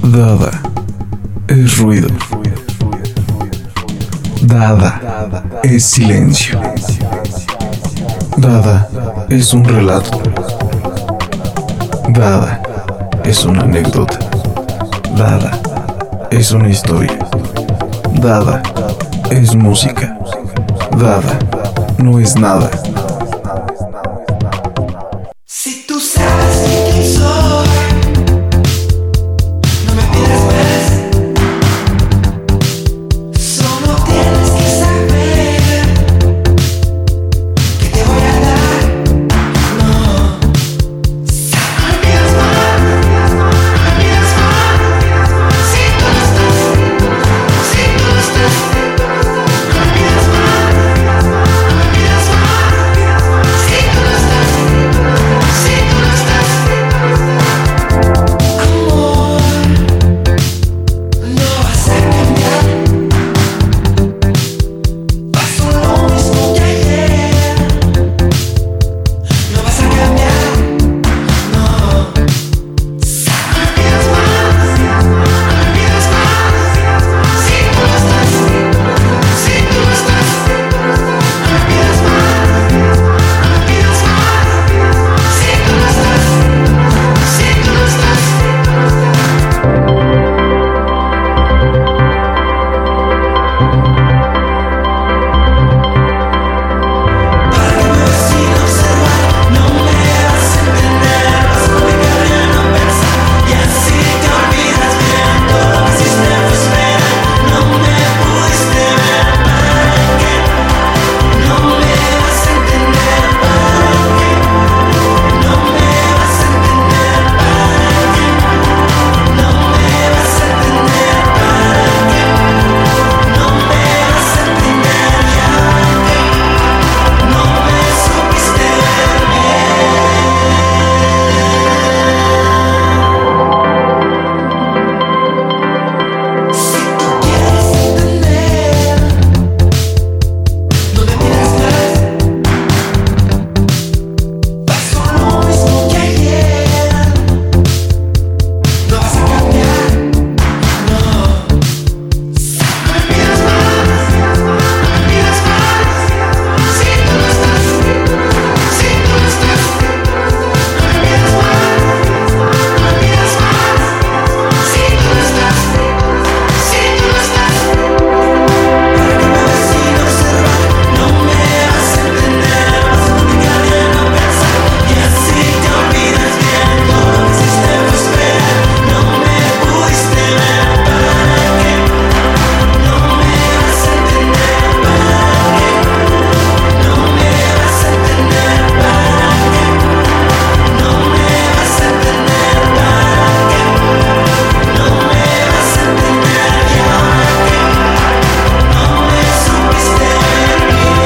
Dada es ruido. Dada es silencio. Dada es un relato. Dada es una anécdota. Dada es una historia. Dada es música. Dada no es nada. Si tú sabes quién soy, no me pidas más. Solo tienes que saber que te voy a dar. No, no me pidas más, no me pidas más. Si tú no estás, si tú no estás, no me pidas más, no me pidas más. Si tú no estás. Si tú no estás, amor, no vas a cambiar. Pasó lo mismo que ayer. No vas a cambiar, no. No me pidas más, no me pidas más. Si tú no estás, si tú no estás, no me pidas más, no me pidas más. Si tú no estás, si tú no estás, para que me veas sin observar, no me vas a entender, vas a complicar y a no pensar, y así te olvidas bien todo lo que hiciste fue esperar. No me pudiste ver, ¿para qué? No me vas a entender, ¿para qué? No me vas a entender, ¿para qué? No me vas a entender, ¿para qué? No me vas a entender, ya que no me supiste ver bien. Si tú quieres entender, no me pidas más. Pasó lo mismo que ayer. No vas a cambiar, no. No me pidas más, no me pidas más. Si tú no estás, si tú no estás, no me pidas más, no me pidas más. Si tú no estás, si tú no estás, para que me veas sin observar, no me vas a entender, vas a complicar y a no pensar, y así te olvidas bien todo lo que hiciste fue esperar. No me pudiste ver, ¿para qué? No me vas a entender, ¿para qué? No me vas a entender, ¿para qué? No me vas a entender, ¿para qué? No me vas a entender, ya que no me supiste ver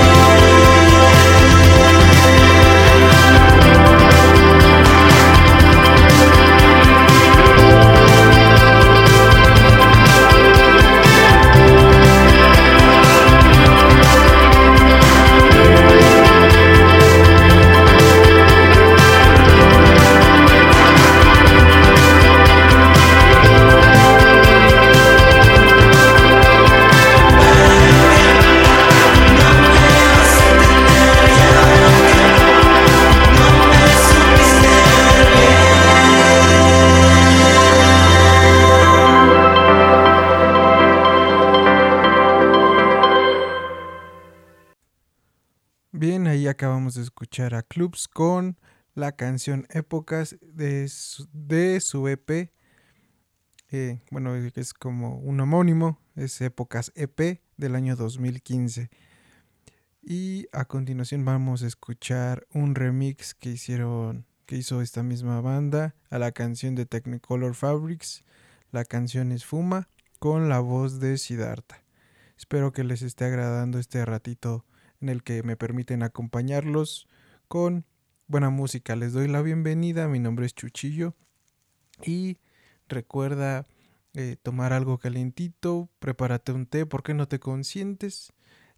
Bien, ahí acabamos de escuchar a Clubs con la canción Épocas de su EP. Bueno, es como un homónimo, es Épocas EP del año 2015. Y a continuación vamos a escuchar un remix que hizo esta misma banda a la canción de Technicolor Fabrics. La canción es Fuma con la voz de Siddhartha. Espero que les esté agradando este ratito en el que me permiten acompañarlos con buena música. Les doy la bienvenida, mi nombre es Chuchillo y recuerda tomar algo calientito, prepárate un té, ¿por qué no te consientes?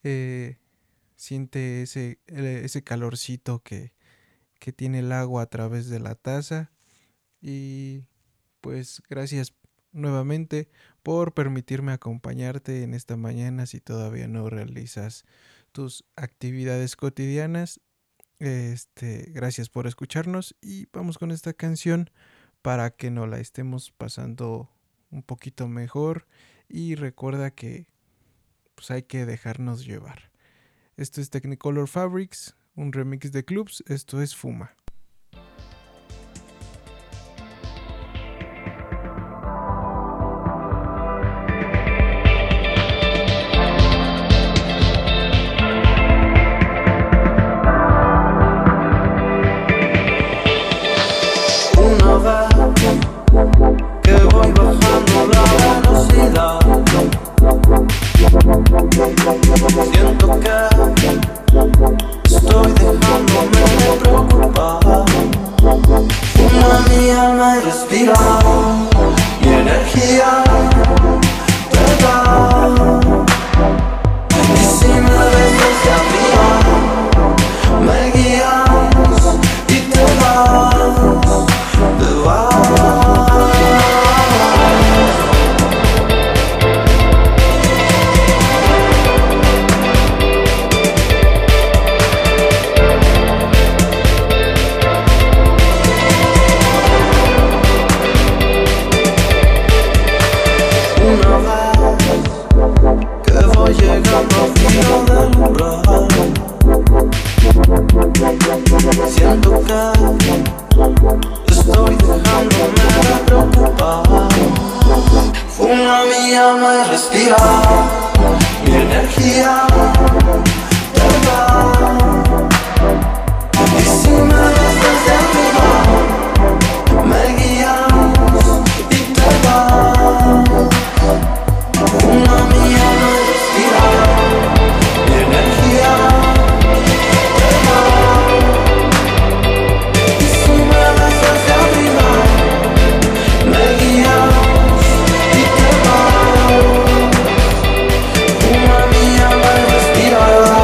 Siente ese calorcito que tiene el agua a través de la taza y pues gracias nuevamente por permitirme acompañarte en esta mañana si todavía no realizas tus actividades cotidianas. Gracias por escucharnos y vamos con esta canción para que nos la estemos pasando un poquito mejor y recuerda que pues hay que dejarnos llevar. Esto es Technicolor Fabrics, un remix de Clubs, esto es Fuma. Que voy bajando la velocidad, siento que estoy dejándome de preocupar. Fuma mi alma y respira, mi energía te da. Y si me ves desde arriba, me guías y te vas, te vas. Llegando al filo del umbral, siento que estoy dejándome de preocupar. Fuma mi alma y respira, mi energía te da. Y si me ves desde arriba, me guías y te vas. Fuma mi alma y respira, mi energía te da. Y si me ves desde arriba, me guías y te vas. Fuma mi alma y respira.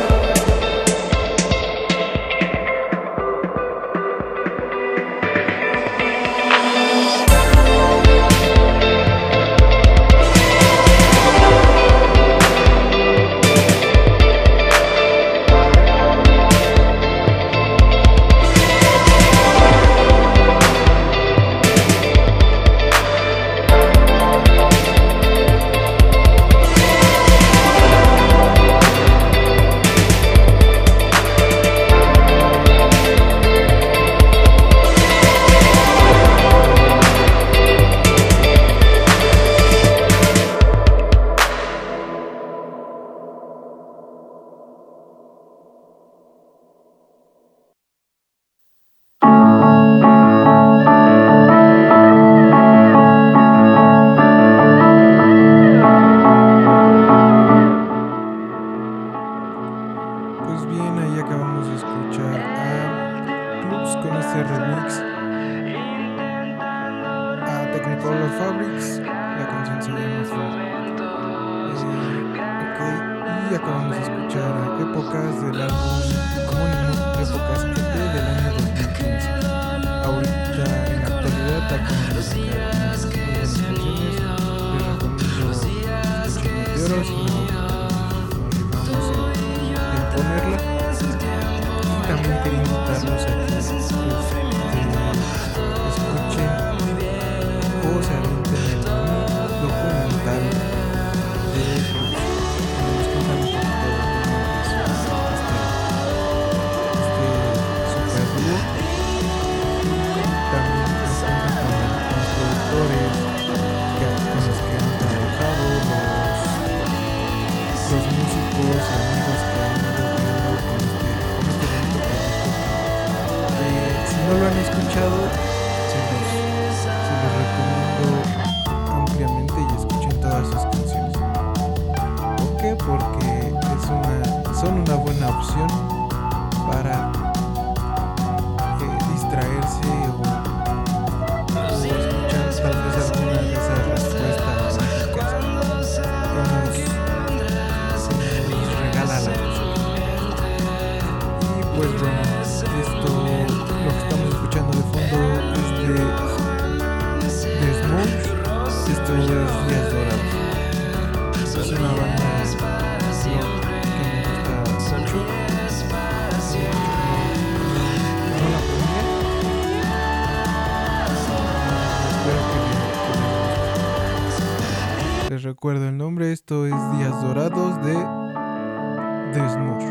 Pues bien, ahí acabamos de escuchar a Clubs con este remix a Technicolor Fabrics. La canción se llama Ok, y acabamos de escuchar a Épocas del álbum homónimo, Épocas EP del año 2015. Ahorita en la actualidad acaban de sacar unas muy buenas canciones. Les recomiendo escuchar Meteoros y nos vamos a ponerla. Y también quería invitarlos a que escuchen o se avienten el documental de Clubs, donde nos cuentan un poquito de super dúo. Y también nos cuentan con los productores con los que han trabajado, los músicos y amigos que han ido creando con este bonito proyecto. Si no lo han escuchado, se los recomiendo Esto ya es Días Dorados. Es una banda que me gusta mucho. No la ponía. Espero que les recuerdo el nombre. Esto es Días Dorados de Desmos.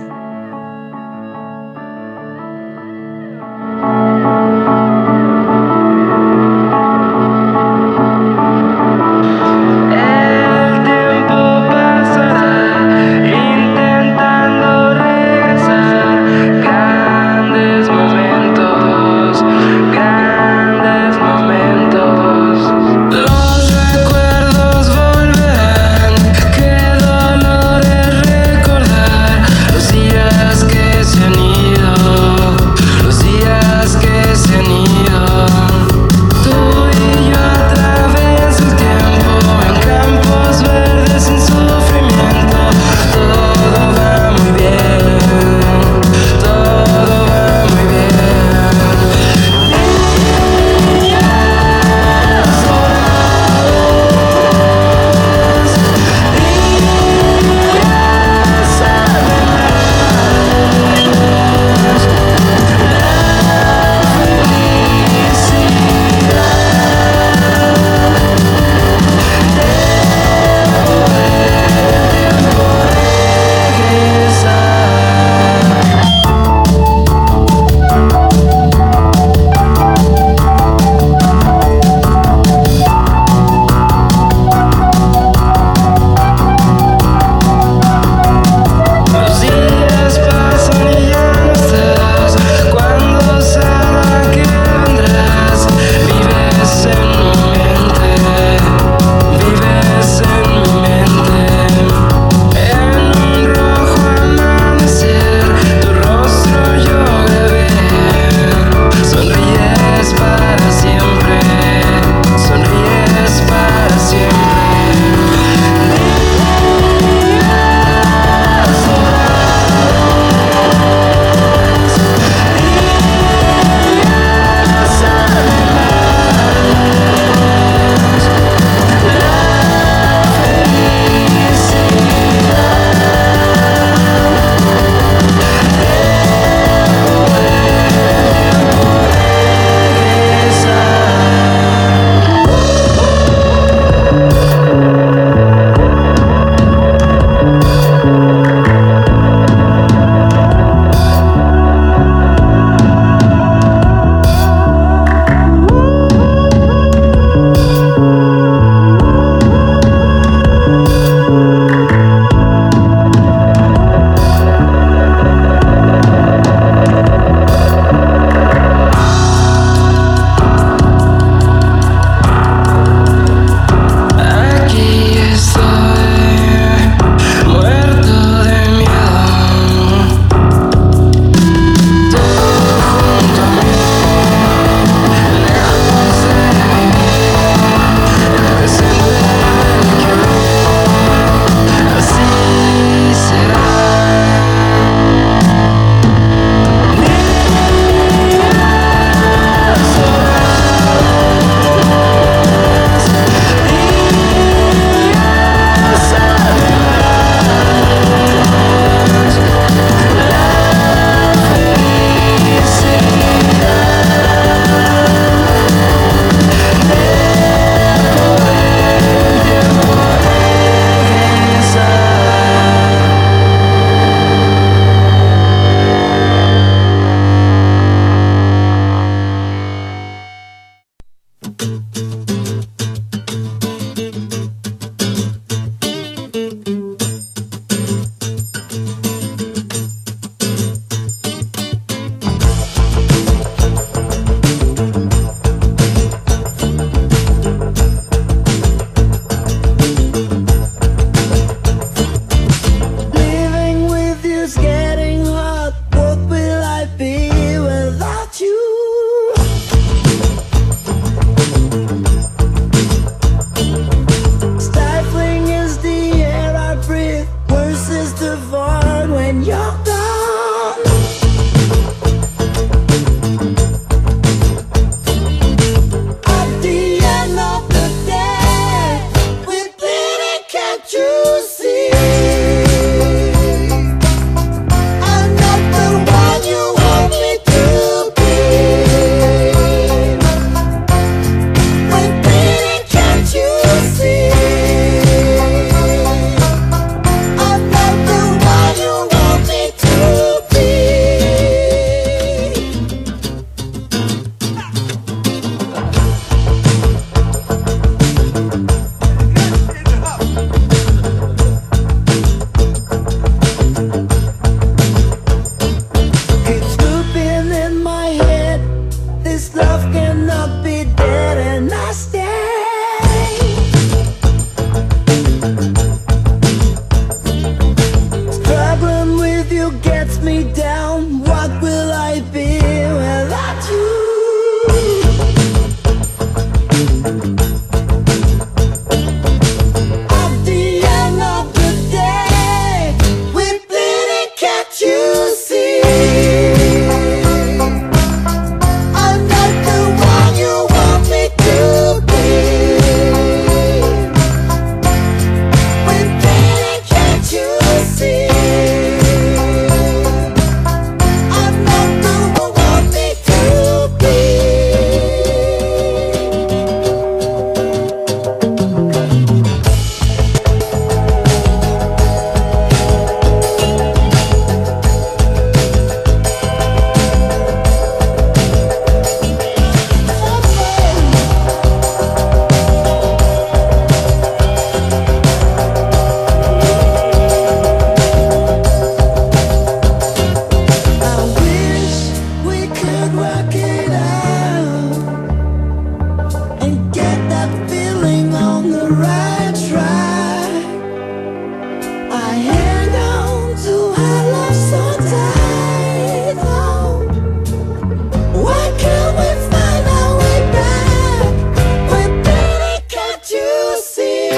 gut feeling on the right track. I hang on to our love so tight. Oh, why can't we find our way back? But baby, can't you see?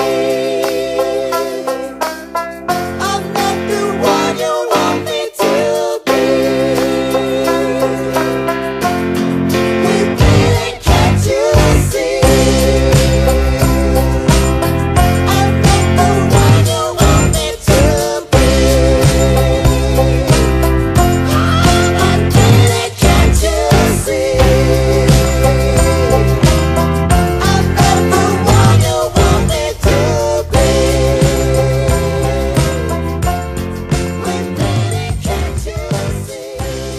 I'm not the one you want me to be. But baby, can't you see? I'm not the one you want me to be. But baby, can't you see? I'm not the one you want me to be. But baby, can't you see?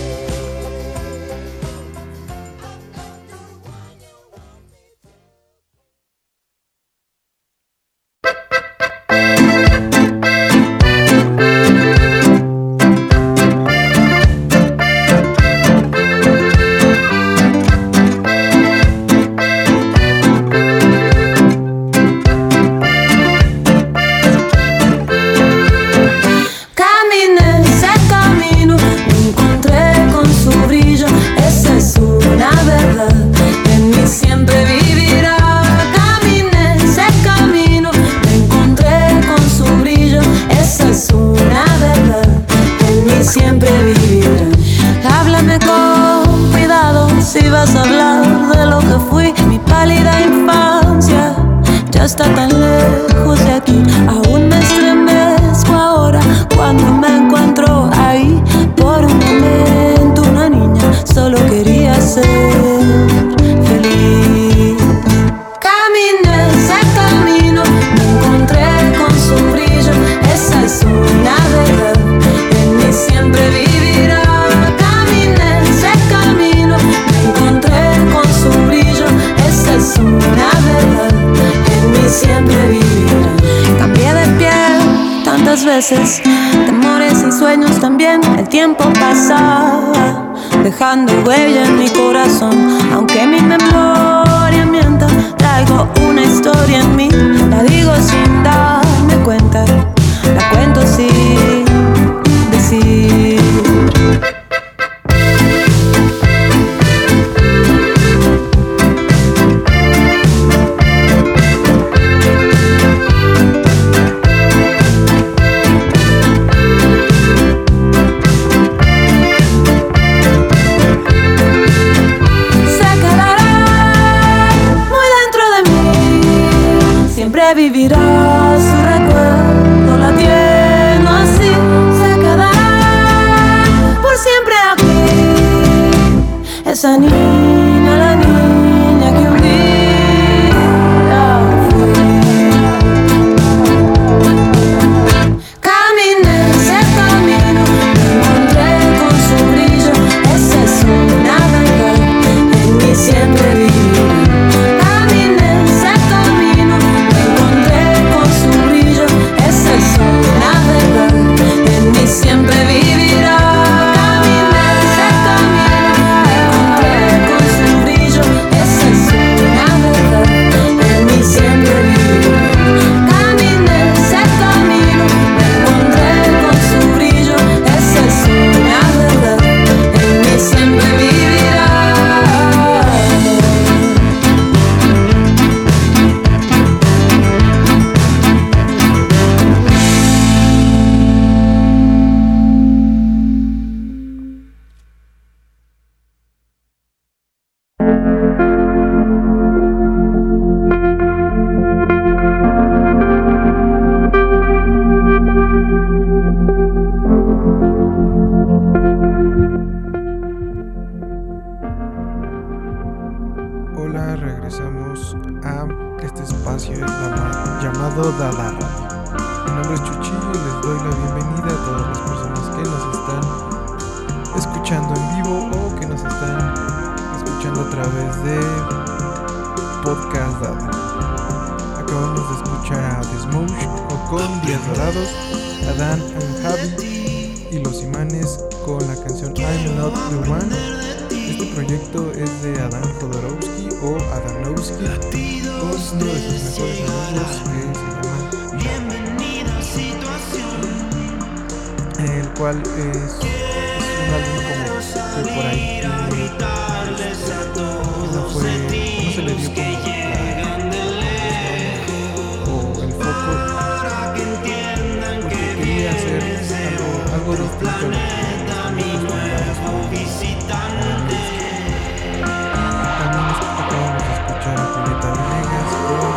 Caminé ese camino, me encontré con su brillo, esa es una verdad, en mí siempre vivirá. Caminé ese camino, me encontré con su brillo, esa es una verdad, en mí siempre vivirá. Háblame con cuidado si vas a hablar de lo que fui, mi pálida infancia ya está tan lejos de aquí. Aún me estremezco ahora cuando me encuentro ahí. Por un momento una niña solo quería ser feliz. Caminé ese camino, me encontré con su brillo, esa es una verdad, en mí siempre vivirá. Caminé ese camino, me encontré con su brillo, esa es una verdad, en mí siempre vivirá. Cambié de piel tantas veces, temores y sueños también. El tiempo pasaba, dejando huella en mi corazón. Aunque mi memoria mienta, traigo una historia en mí. La digo sin darme cuenta, la cuento sin decir. Se quedará muy dentro de mí, siempre vivirá su recuerdo latiendo así. Se quedará por siempre aquí, esa niña, la niña que un día fui. Caminé ese camino, me encontré con su brillo, esa es una verdad, en mí siempre vivirá. Caminé ese camino, me encontré con su brillo, esa es una verdad, en mí siempre vivirá. Caminé ese camino, me encontré con su brillo, esa es una verdad, en mí siempre vivirá. Caminé ese camino, me encontré con su brillo, esa es una verdad, en mí siempre vivirá. Hola, regresamos a este espacio llamado Dada Radio. Mi nombre es Chuchillo y les doy la bienvenida a todas las personas que nos están escuchando en vivo o que nos están escuchando a través de Podcast Dada. Acabamos de escuchar a The Smosh o con Días Dorados, Adán and Javi y Los Imanes con la canción I'm Not The One. Este proyecto es de Adán Jodorowsky o Adanowski con uno de sus mejores amigos que se llama el cual es un álbum como que por ahí no se le dio como o el foco porque quería hacer algo distinto a lo que también acabamos de escuchar a Julieta Venegas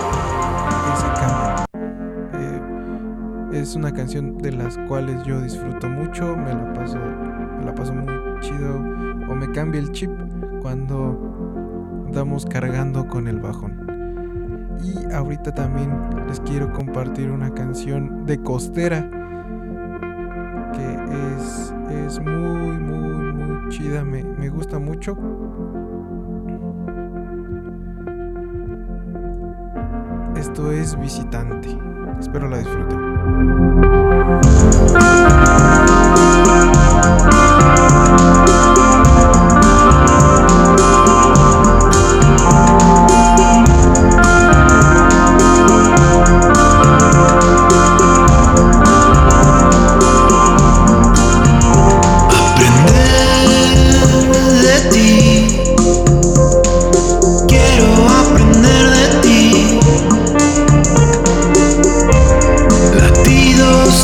con Ese Cambio. Es una canción de las cuales yo disfruto mucho, me la paso muy chido o me cambia el chip cuando andamos cargando con el bajón. Y ahorita también les quiero compartir una canción de Costera que es muy muy muy chida, me gusta mucho. Esto es Visitante, espero la disfruten. Latidos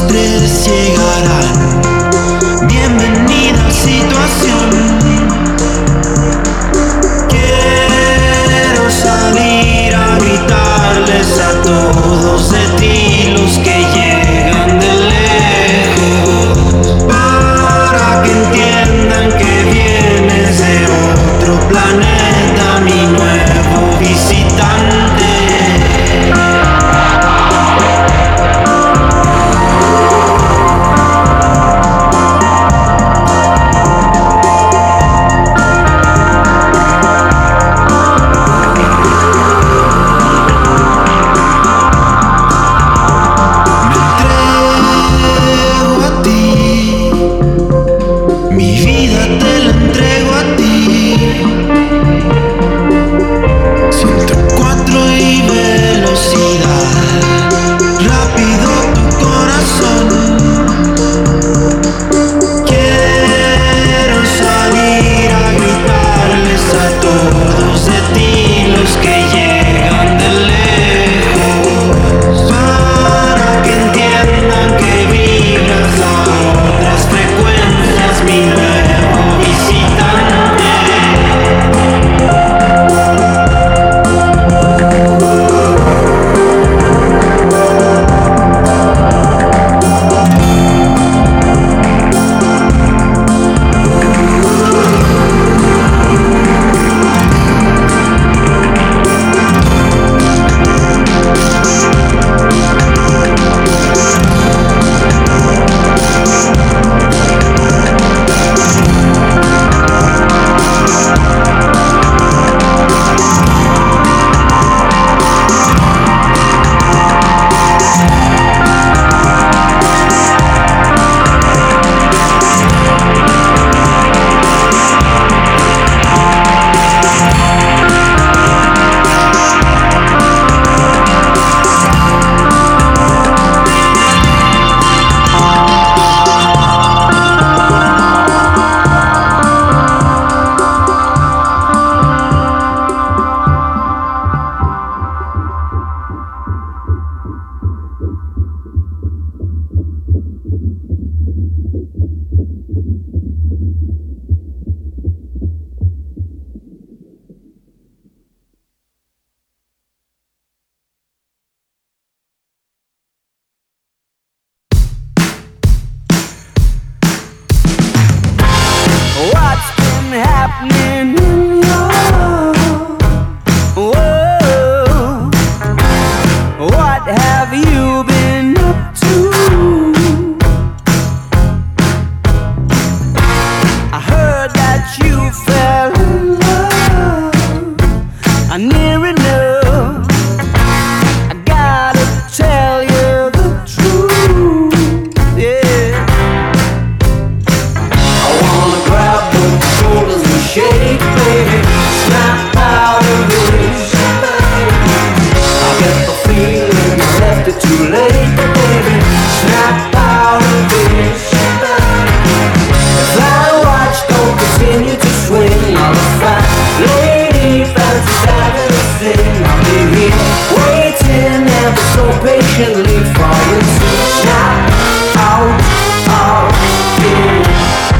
feeling I left it too late, but baby, snap out of this. If I watch, don't continue to swing on the fat lady, fancy's having a thing. I'll be here waiting ever so patiently for you to snap out of this.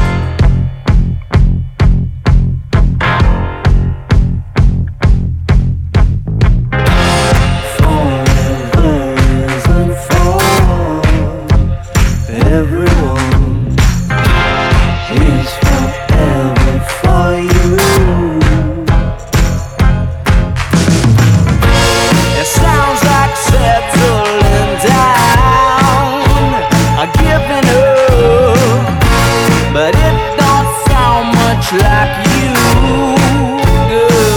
Like you, girl.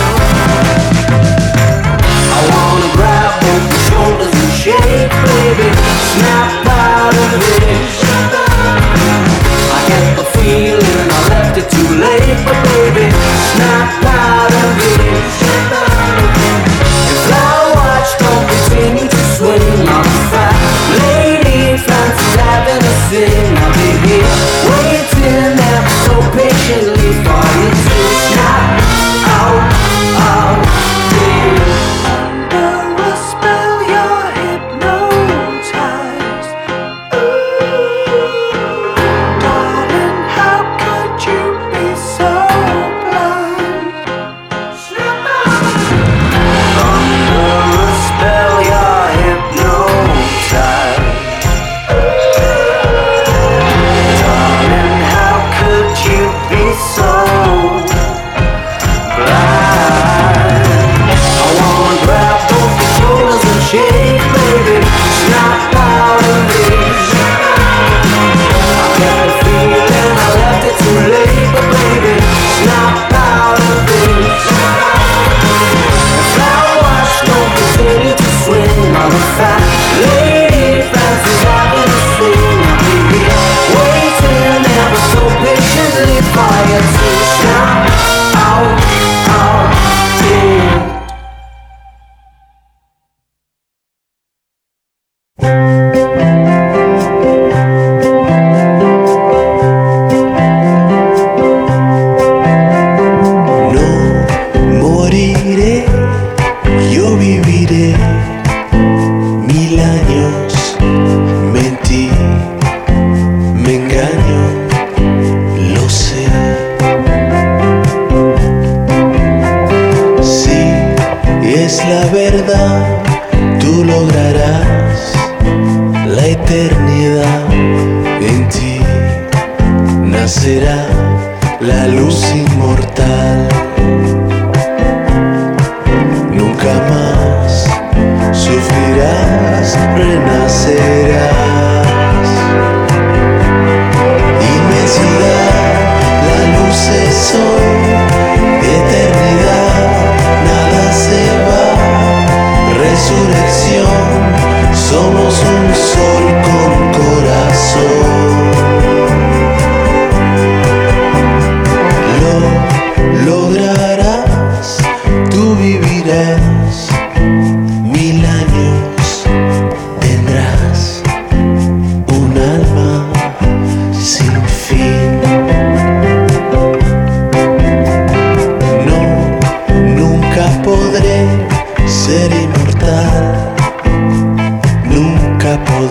I wanna grab both your shoulders and shake, baby, snap out of this. I get the feeling I left it too late, but baby, snap out of this. If I watch, don't continue to swing on the fat lady, fancy's having a thing. I'll be here waiting ever so patiently for you to snap out of this. Under a spell, you're hypnotized. Ooh, darling, how could you be so blind? Snap out. Under a spell, you're hypnotized. Darling, how could you be so blind? I wanna grab both your shoulders and shake, baby, snap out of this. I get the feeling I left it too late, but baby, snap out of this. If I watch, don't continue to swing on the fat lady, fancy's having a thing. I'll be here waiting ever so patiently for you to snap out of this. No moriré, yo viviré 1000 años. Mentí, me engaño, lo sé. Si es la verdad, tú lograrás la eternidad. En ti nacerá la luz inmortal. Nunca más sufrirás, renacerás. Inmensidad, la luz es hoy. Eternidad, nada se va. Resurrección, somos un sol con corazón. Lo lograrás, tú vivirás 1000 años, tendrás un alma sin fin. No, nunca podré ser inmortal, nunca podré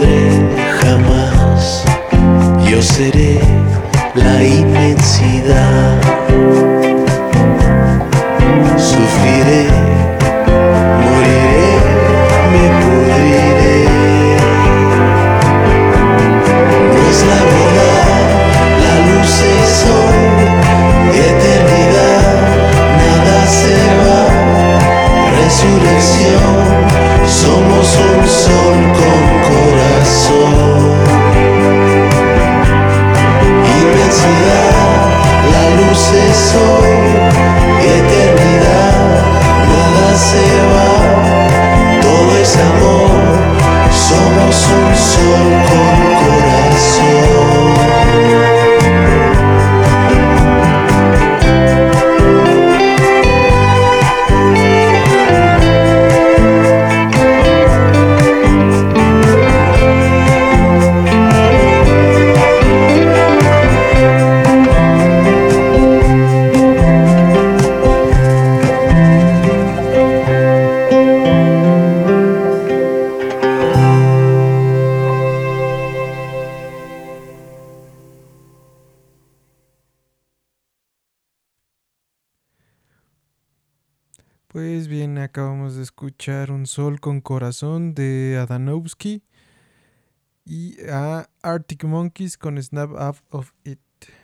Pues bien, acabamos de escuchar Un Sol con Corazón de Adanovsky y a Arctic Monkeys con Snap Out of It.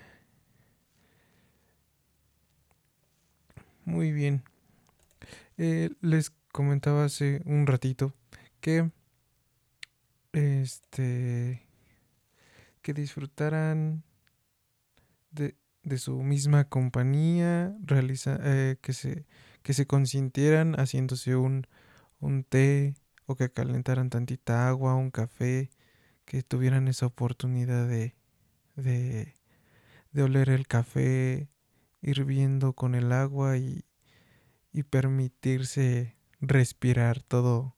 Muy bien. Les comentaba hace un ratito que que disfrutaran de su misma compañía, que se consintieran haciéndose un té o que calentaran tantita agua, un café, que tuvieran esa oportunidad de oler el café hirviendo con el agua y permitirse respirar todo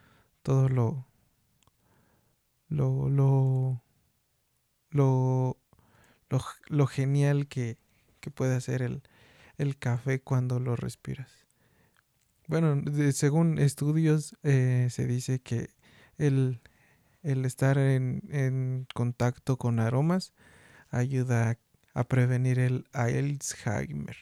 lo, lo, lo, lo genial que puede hacer el café cuando lo respiras. Bueno, según estudios se dice que el estar en contacto con aromas ayuda a prevenir el Alzheimer.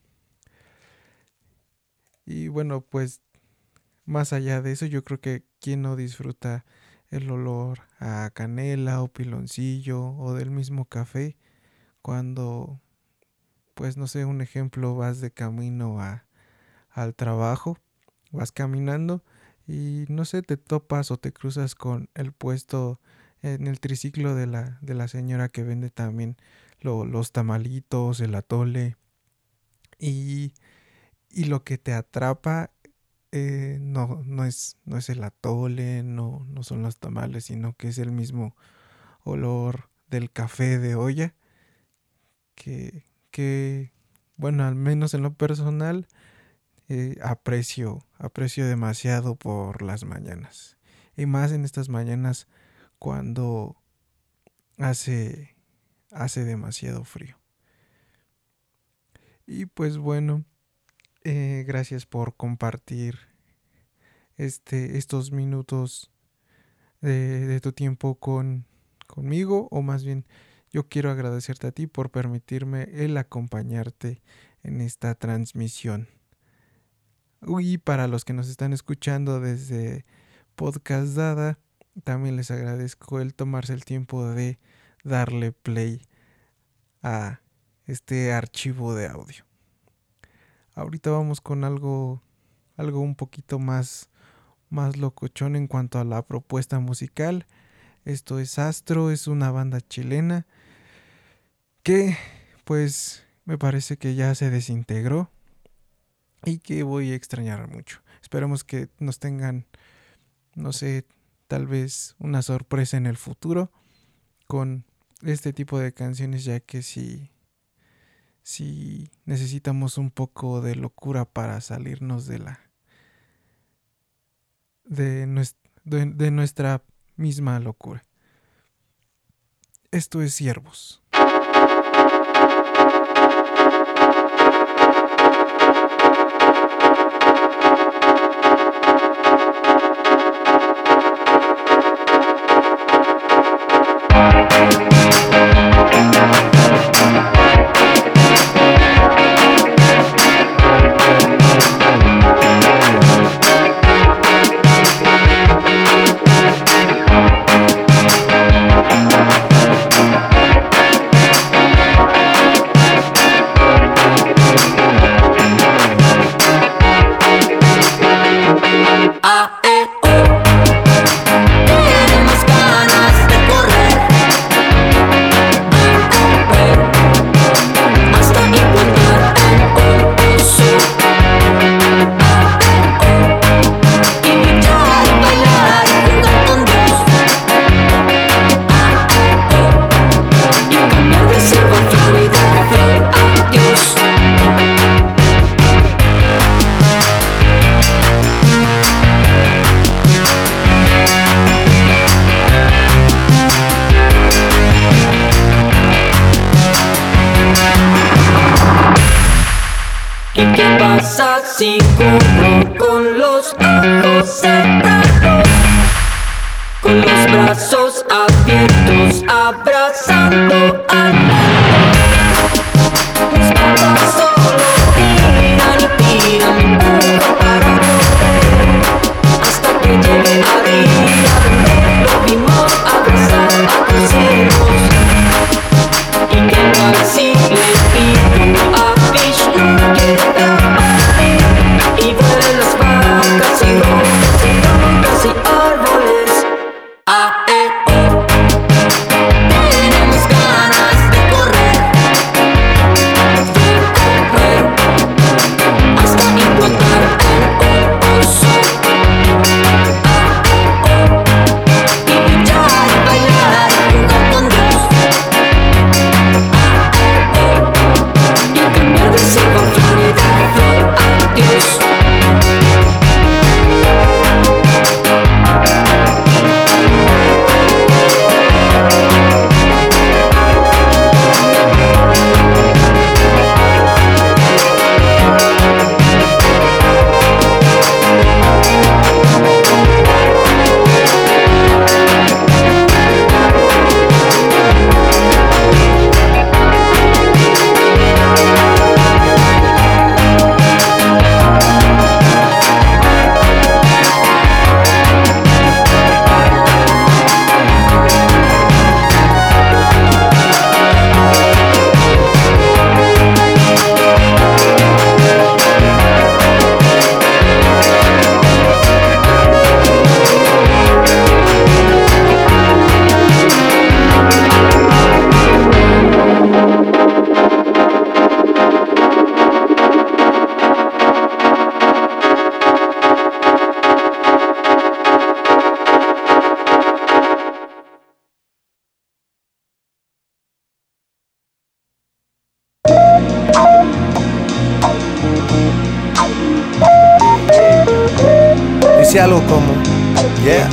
Y bueno, pues más allá de eso, yo creo que quien no disfruta el olor a canela o piloncillo o del mismo café cuando, pues no sé, un ejemplo, vas de camino al trabajo, vas caminando y no sé, te topas o te cruzas con el puesto en el triciclo de la señora que vende también los tamalitos, el atole y lo que te atrapa no es el atole, no son los tamales, sino que es el mismo olor del café de olla que bueno, al menos en lo personal aprecio demasiado por las mañanas. Y más en estas mañanas cuando hace demasiado frío. Y pues bueno, gracias por compartir estos minutos de tu tiempo conmigo, o más bien yo quiero agradecerte a ti por permitirme el acompañarte en esta transmisión. Y para los que nos están escuchando desde Podcast Dada, también les agradezco el tomarse el tiempo de darle play a este archivo de audio. Ahorita vamos con algo un poquito más locochón en cuanto a la propuesta musical. Esto es Astro, es una banda chilena que pues me parece que ya se desintegró y que voy a extrañar mucho. Esperemos que nos tengan, no sé, tal vez una sorpresa en el futuro con este tipo de canciones, ya que si necesitamos un poco de locura para salirnos de nuestra misma locura. Esto es Ciervos. pasa si corro con los ojos cerrados, con los brazos abiertos, abrazando al mundo? Mis patas solo tiran y tiran, lleve arriba, donde lo vimos abrazar a tus hijos. Y que no existe pido a Vishnu que te y vuelen las vacas y rocas y árboles. Tenemos ganas de correr hasta encontrar el oso. Y brillar y bailar y jugar con Dios. Y cambiar de selva a Florida, flor a Dios. Dice algo como, yeah.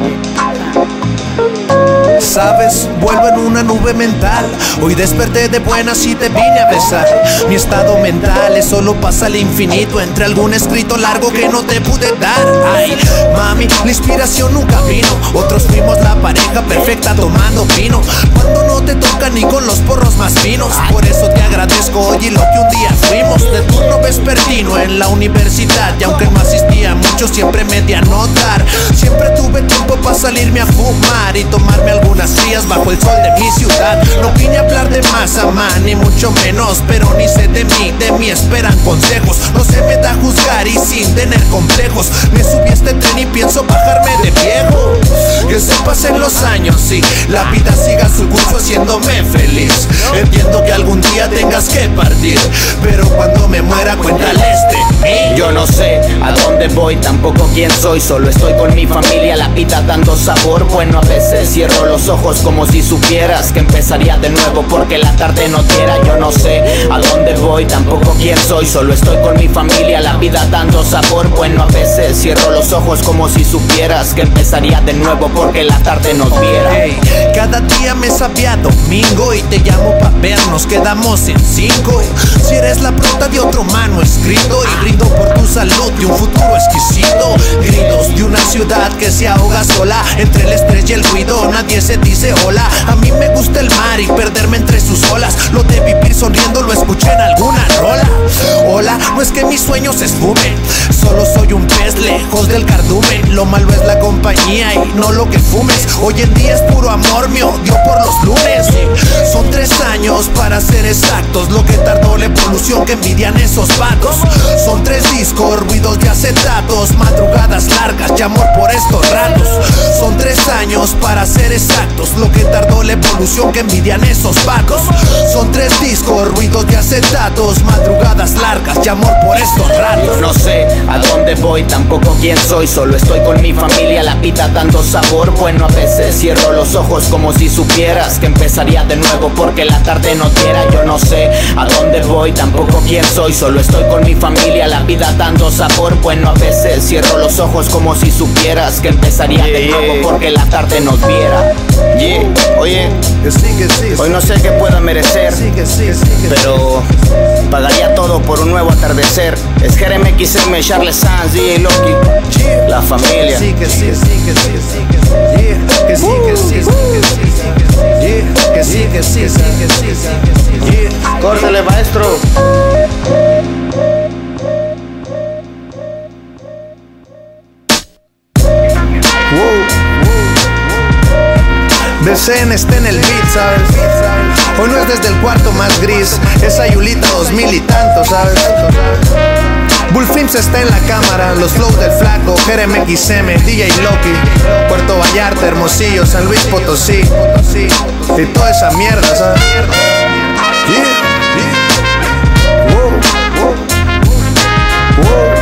Sabes, vuelvo en una nube mental. Hoy desperté de buenas y te vine a besar. Mi estado mental es solo pasa al infinito entre algún escrito largo que no te pude dar. Ay, mami, la inspiración nunca vino. Otros fuimos la pareja perfecta tomando vino. Cuando no te toca ni con los porros más finos. Por eso te agradezco hoy y lo que un día fuimos. De turno vespertino en la universidad. Y aunque no asistía mucho, siempre me di a notar. Siempre tuve tiempo para salirme a fumar y tomarme algunas frías bajo el sol de mi ciudad. No vine a hablar de masa, man, ni mucho menos. Pero ni sé de mí esperan consejos. No se me da juzgar y sin tener complejos. Me subí a este tren y pienso bajarme de viejo. Que se pasen los años y la vida siga su curso haciéndome feliz. Entiendo que algún día tengas que partir, pero cuando me muera cuéntales de mí. Yo no sé a dónde voy, tampoco quién soy. Solo estoy con mi familia, la vida dando sabor. Bueno, a veces cierro los ojos como si supieras que empezaría de nuevo porque la tarde no diera. Yo no sé a dónde voy, tampoco quién soy. Solo estoy con mi familia, la vida dando sabor. Bueno, a veces cierro los ojos como si supieras que empezaría de nuevo porque la tarde nos viera. Hey, cada día me sabía domingo y te llamo pa' vernos, quedamos en 5. Si eres la prota de otro manuscrito y brindo por tu salud y un futuro exquisito. Gritos de una ciudad que se ahoga sola entre el estrés y el ruido, nadie se dice hola. A mí me gusta el mar y perderme entre sus olas. Lo de vivir sonriendo lo escuché en alguna rola. Hola, no es que mis sueños se esfumen, solo soy un pez lejos del cardumen. Lo malo es la compañía y no lo que fumes. Hoy en día es puro amor, me odio por los lunes. Son 3 años para ser exactos, lo que tardó la evolución que envidian esos vatos. Son 3 discos, ruidos de acetatos, madrugadas largas y amor por estos ratos. Son 3 años para ser exactos, lo que tardó la evolución que envidian esos vatos. Son 3 discos, ruidos de acetatos, madrugadas largas y amor por estos ratos. No sé a dónde voy, tampoco quién soy. Solo estoy con mi familia, la vida dando sabor. Bueno, a veces cierro los ojos como si supieras que empezaría de nuevo porque la tarde no diera. Yo no sé a dónde voy, tampoco quién soy. Solo estoy con mi familia, la vida dando sabor. Bueno, a veces cierro los ojos como si supieras que empezaría de nuevo porque la tarde nos viera. Oye, hoy no sé qué pueda merecer, pero pagaría todo por un nuevo atardecer. Es Jeremy XM, Charles Sanz, DJ Loki, la familia. Córtale, maestro. BCN está en el beat, ¿sabes? Hoy no es desde el cuarto más gris, es Ayulita 2000 y tanto, ¿sabes? Bullfilms está en la cámara, los flows del flaco, Jeremy XM, DJ Loki, Puerto Vallarta, Hermosillo, San Luis Potosí y toda esa mierda, ¿sabes? Wow, wow, wow.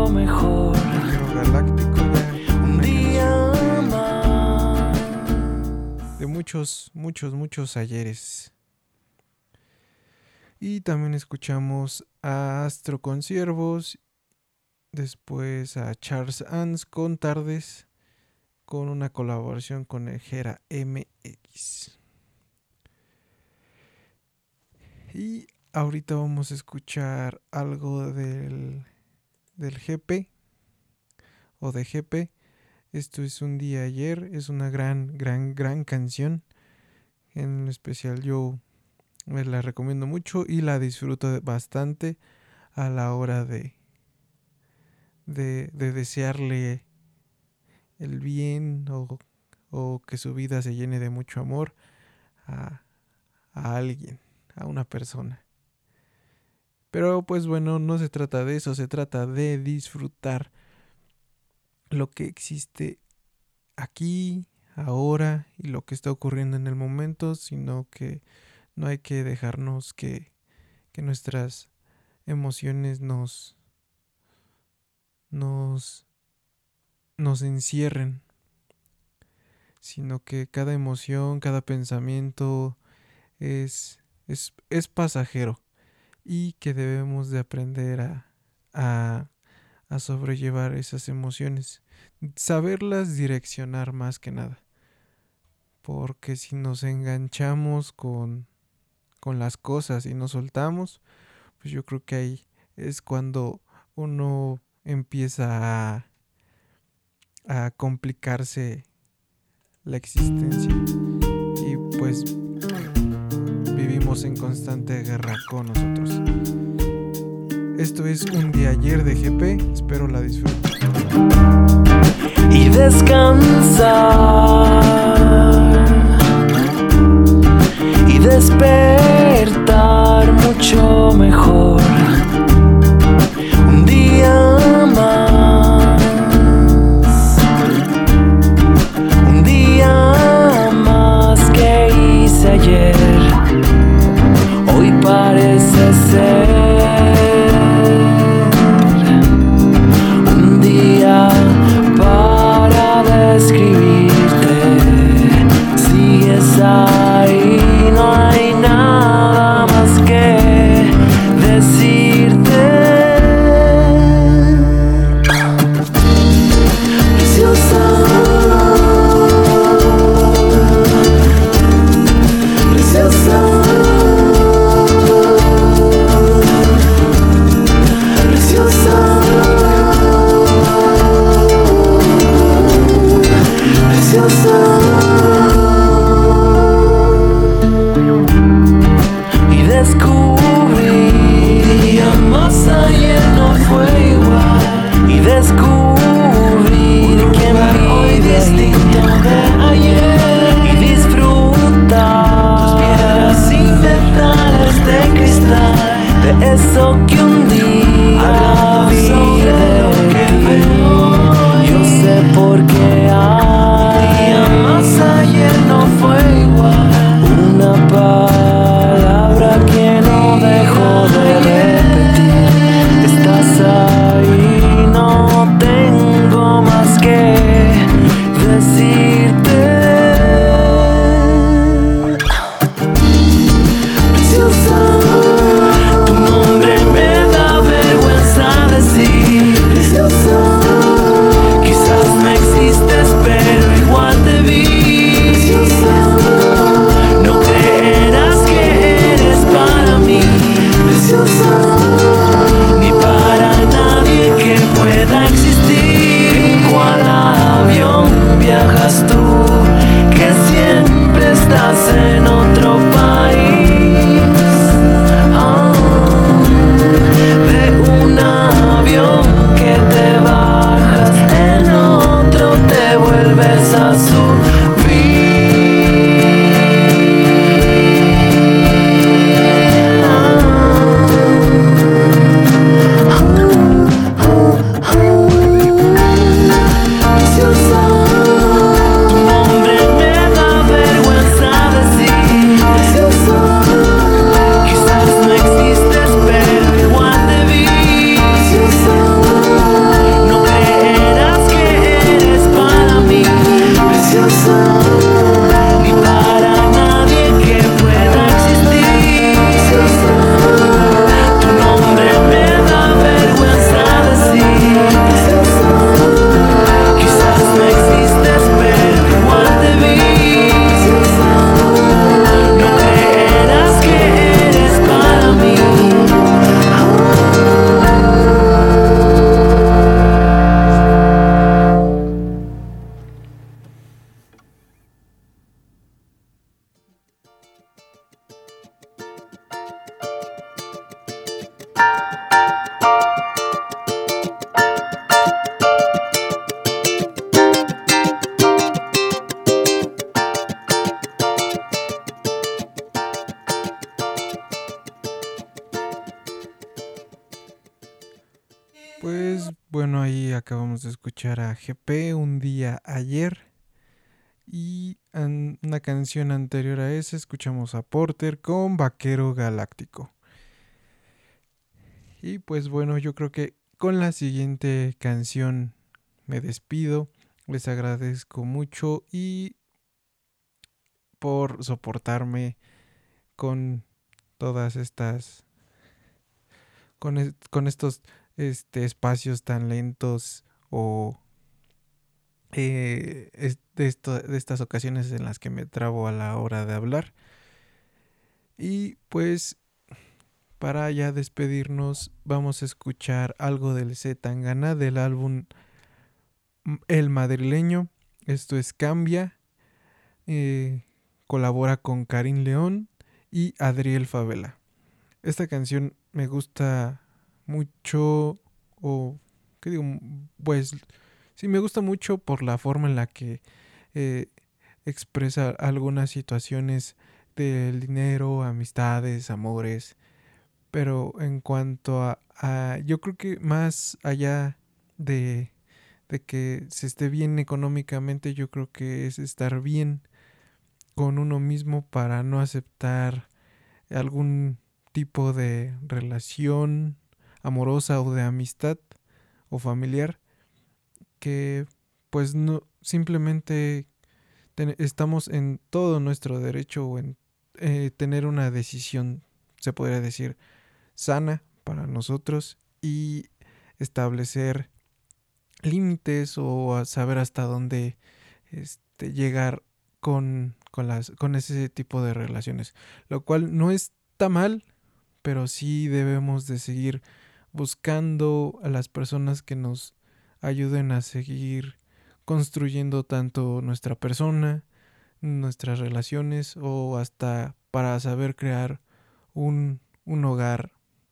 mucho mejor. Viajero galáctico, ya Un día más. de muchos ayeres. Y también escuchamos a Astro con Ciervos, después a Charles Ans con Tardes, con una colaboración con el Gera MX. Y ahorita vamos a escuchar algo del GP o de GP. Esto es Un Día Ayer, es una gran canción. En especial yo me la recomiendo mucho y la disfruto bastante a la hora de desearle el bien o que su vida se llene de mucho amor a alguien, a una persona. Pero pues bueno, no se trata de eso, se trata de disfrutar lo que existe aquí, ahora y lo que está ocurriendo en el momento, sino que no hay que dejarnos que nuestras emociones nos encierren, sino que cada emoción, cada pensamiento es pasajero y que debemos de aprender a sobrellevar esas emociones, saberlas direccionar más que nada, porque si nos enganchamos con las cosas y nos soltamos, pues yo creo que ahí es cuando uno empieza a complicarse la existencia y pues vivimos en constante guerra con nosotros. Esto es Un Día Ayer de GP, espero la disfruten. Y descansar y despertar mucho mejor. Un día más, un día más que hice ayer, hoy parece ser un día para describirte. Sigues ahí, no hay nada más que decir. bueno, ahí acabamos de escuchar a GP, Un Día Ayer. Y en una canción anterior a esa escuchamos a Porter con Vaquero Galáctico. Y pues bueno, yo creo que con la siguiente canción me despido. Les agradezco mucho y por soportarme con todas estas... con estos espacios tan lentos o de estas ocasiones en las que me trabo a la hora de hablar. Y pues para ya despedirnos vamos a escuchar algo del C. Tangana del álbum El Madrileño. Esto es Cambia. Colabora con Karim León y Adriel Favela. Esta canción me gusta mucho, o ¿qué digo? Pues sí, me gusta mucho por la forma en la que expresa algunas situaciones del dinero, amistades, amores. Pero en cuanto a yo creo que más allá de que se esté bien económicamente, yo creo que es estar bien con uno mismo para no aceptar algún tipo de relación amorosa o de amistad o familiar que pues no simplemente estamos en todo nuestro derecho o en tener una decisión, se podría decir, sana para nosotros y establecer límites o a saber hasta dónde llegar con ese tipo de relaciones, lo cual no está mal, pero sí debemos de seguir buscando a las personas que nos ayuden a seguir construyendo tanto nuestra persona, nuestras relaciones o hasta para saber crear un hogar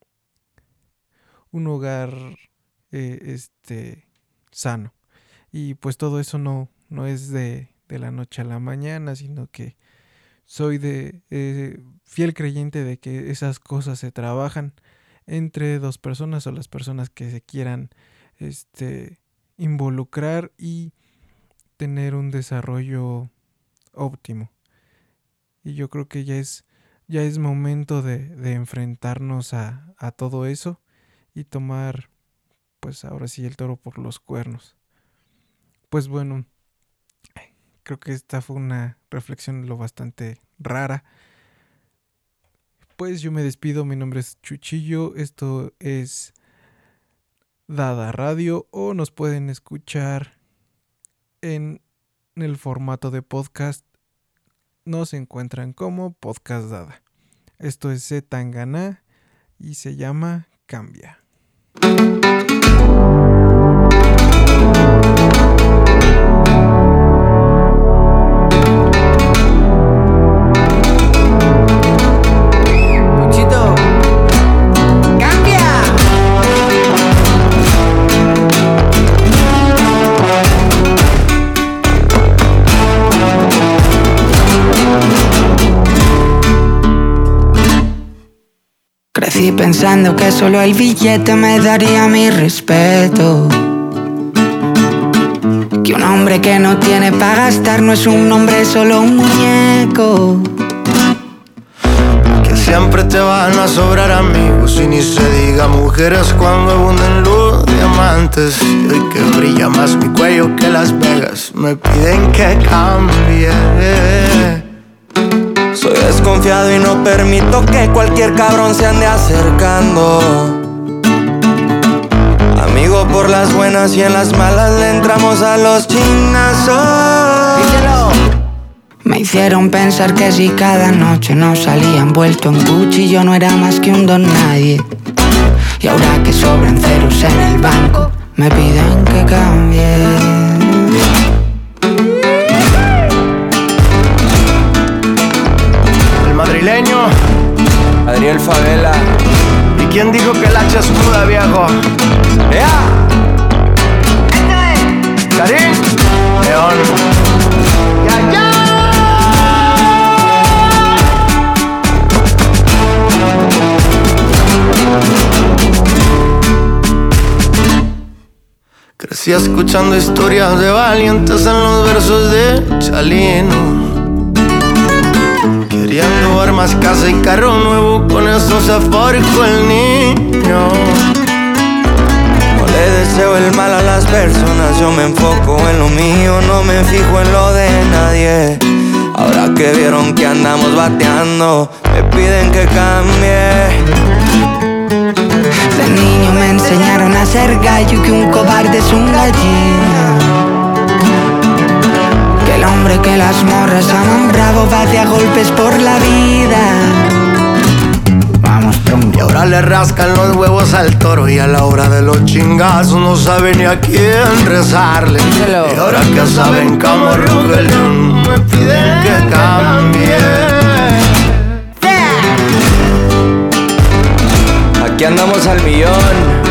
sano. Y pues todo eso no es de la noche a la mañana, sino que soy fiel creyente de que esas cosas se trabajan entre dos personas o las personas que se quieran involucrar y tener un desarrollo óptimo. Y yo creo que ya es momento de enfrentarnos a todo eso y tomar, pues ahora sí, el toro por los cuernos. Pues bueno, creo que esta fue una reflexión lo bastante rara. Pues yo me despido, mi nombre es Chuchillo, esto es Dada Radio o nos pueden escuchar en el formato de podcast. Nos encuentran como Podcast Dada. Esto es C. Tangana y se llama Cambia. Crecí pensando que solo el billete me daría mi respeto, que un hombre que no tiene para gastar no es un hombre, solo un muñeco, Que siempre te van a sobrar amigos y ni se diga mujeres cuando abunden los diamantes. Y hoy que brilla más mi cuello que Las Vegas, me piden que cambie. Soy desconfiado y no permito que cualquier cabrón se ande acercando. Amigo por las buenas y en las malas le entramos a los chinazos. díselo. Me hicieron pensar que si cada noche nos salía envuelto en Gucci yo no era más que un don nadie. Y ahora que sobran ceros en el banco me piden que cambie. Madrileño, Adriel Favela. ¿y quién dijo que el hacha es muda, viejo? ¡Ea! Karim León. ¡Ya, ya! Crecí escuchando historias de valientes en los versos de Chalino. Queriendo armas, casa y carro nuevo, con eso se forjó el niño. No le deseo el mal a las personas, yo me enfoco en lo mío, no me fijo en lo de nadie. Ahora que vieron que andamos bateando, me piden que cambie. De niño me enseñaron a ser gallo y que un cobarde es un gallina. Que el hombre que las morras aman bravo va de a golpes por la vida. Vamos, Y ahora le rascan los huevos al toro y a la hora de los chingazos no sabe ni a quién rezarle. Díselo. Y ahora que saben cómo ruge el león, me piden que cambie. Aquí andamos al millón.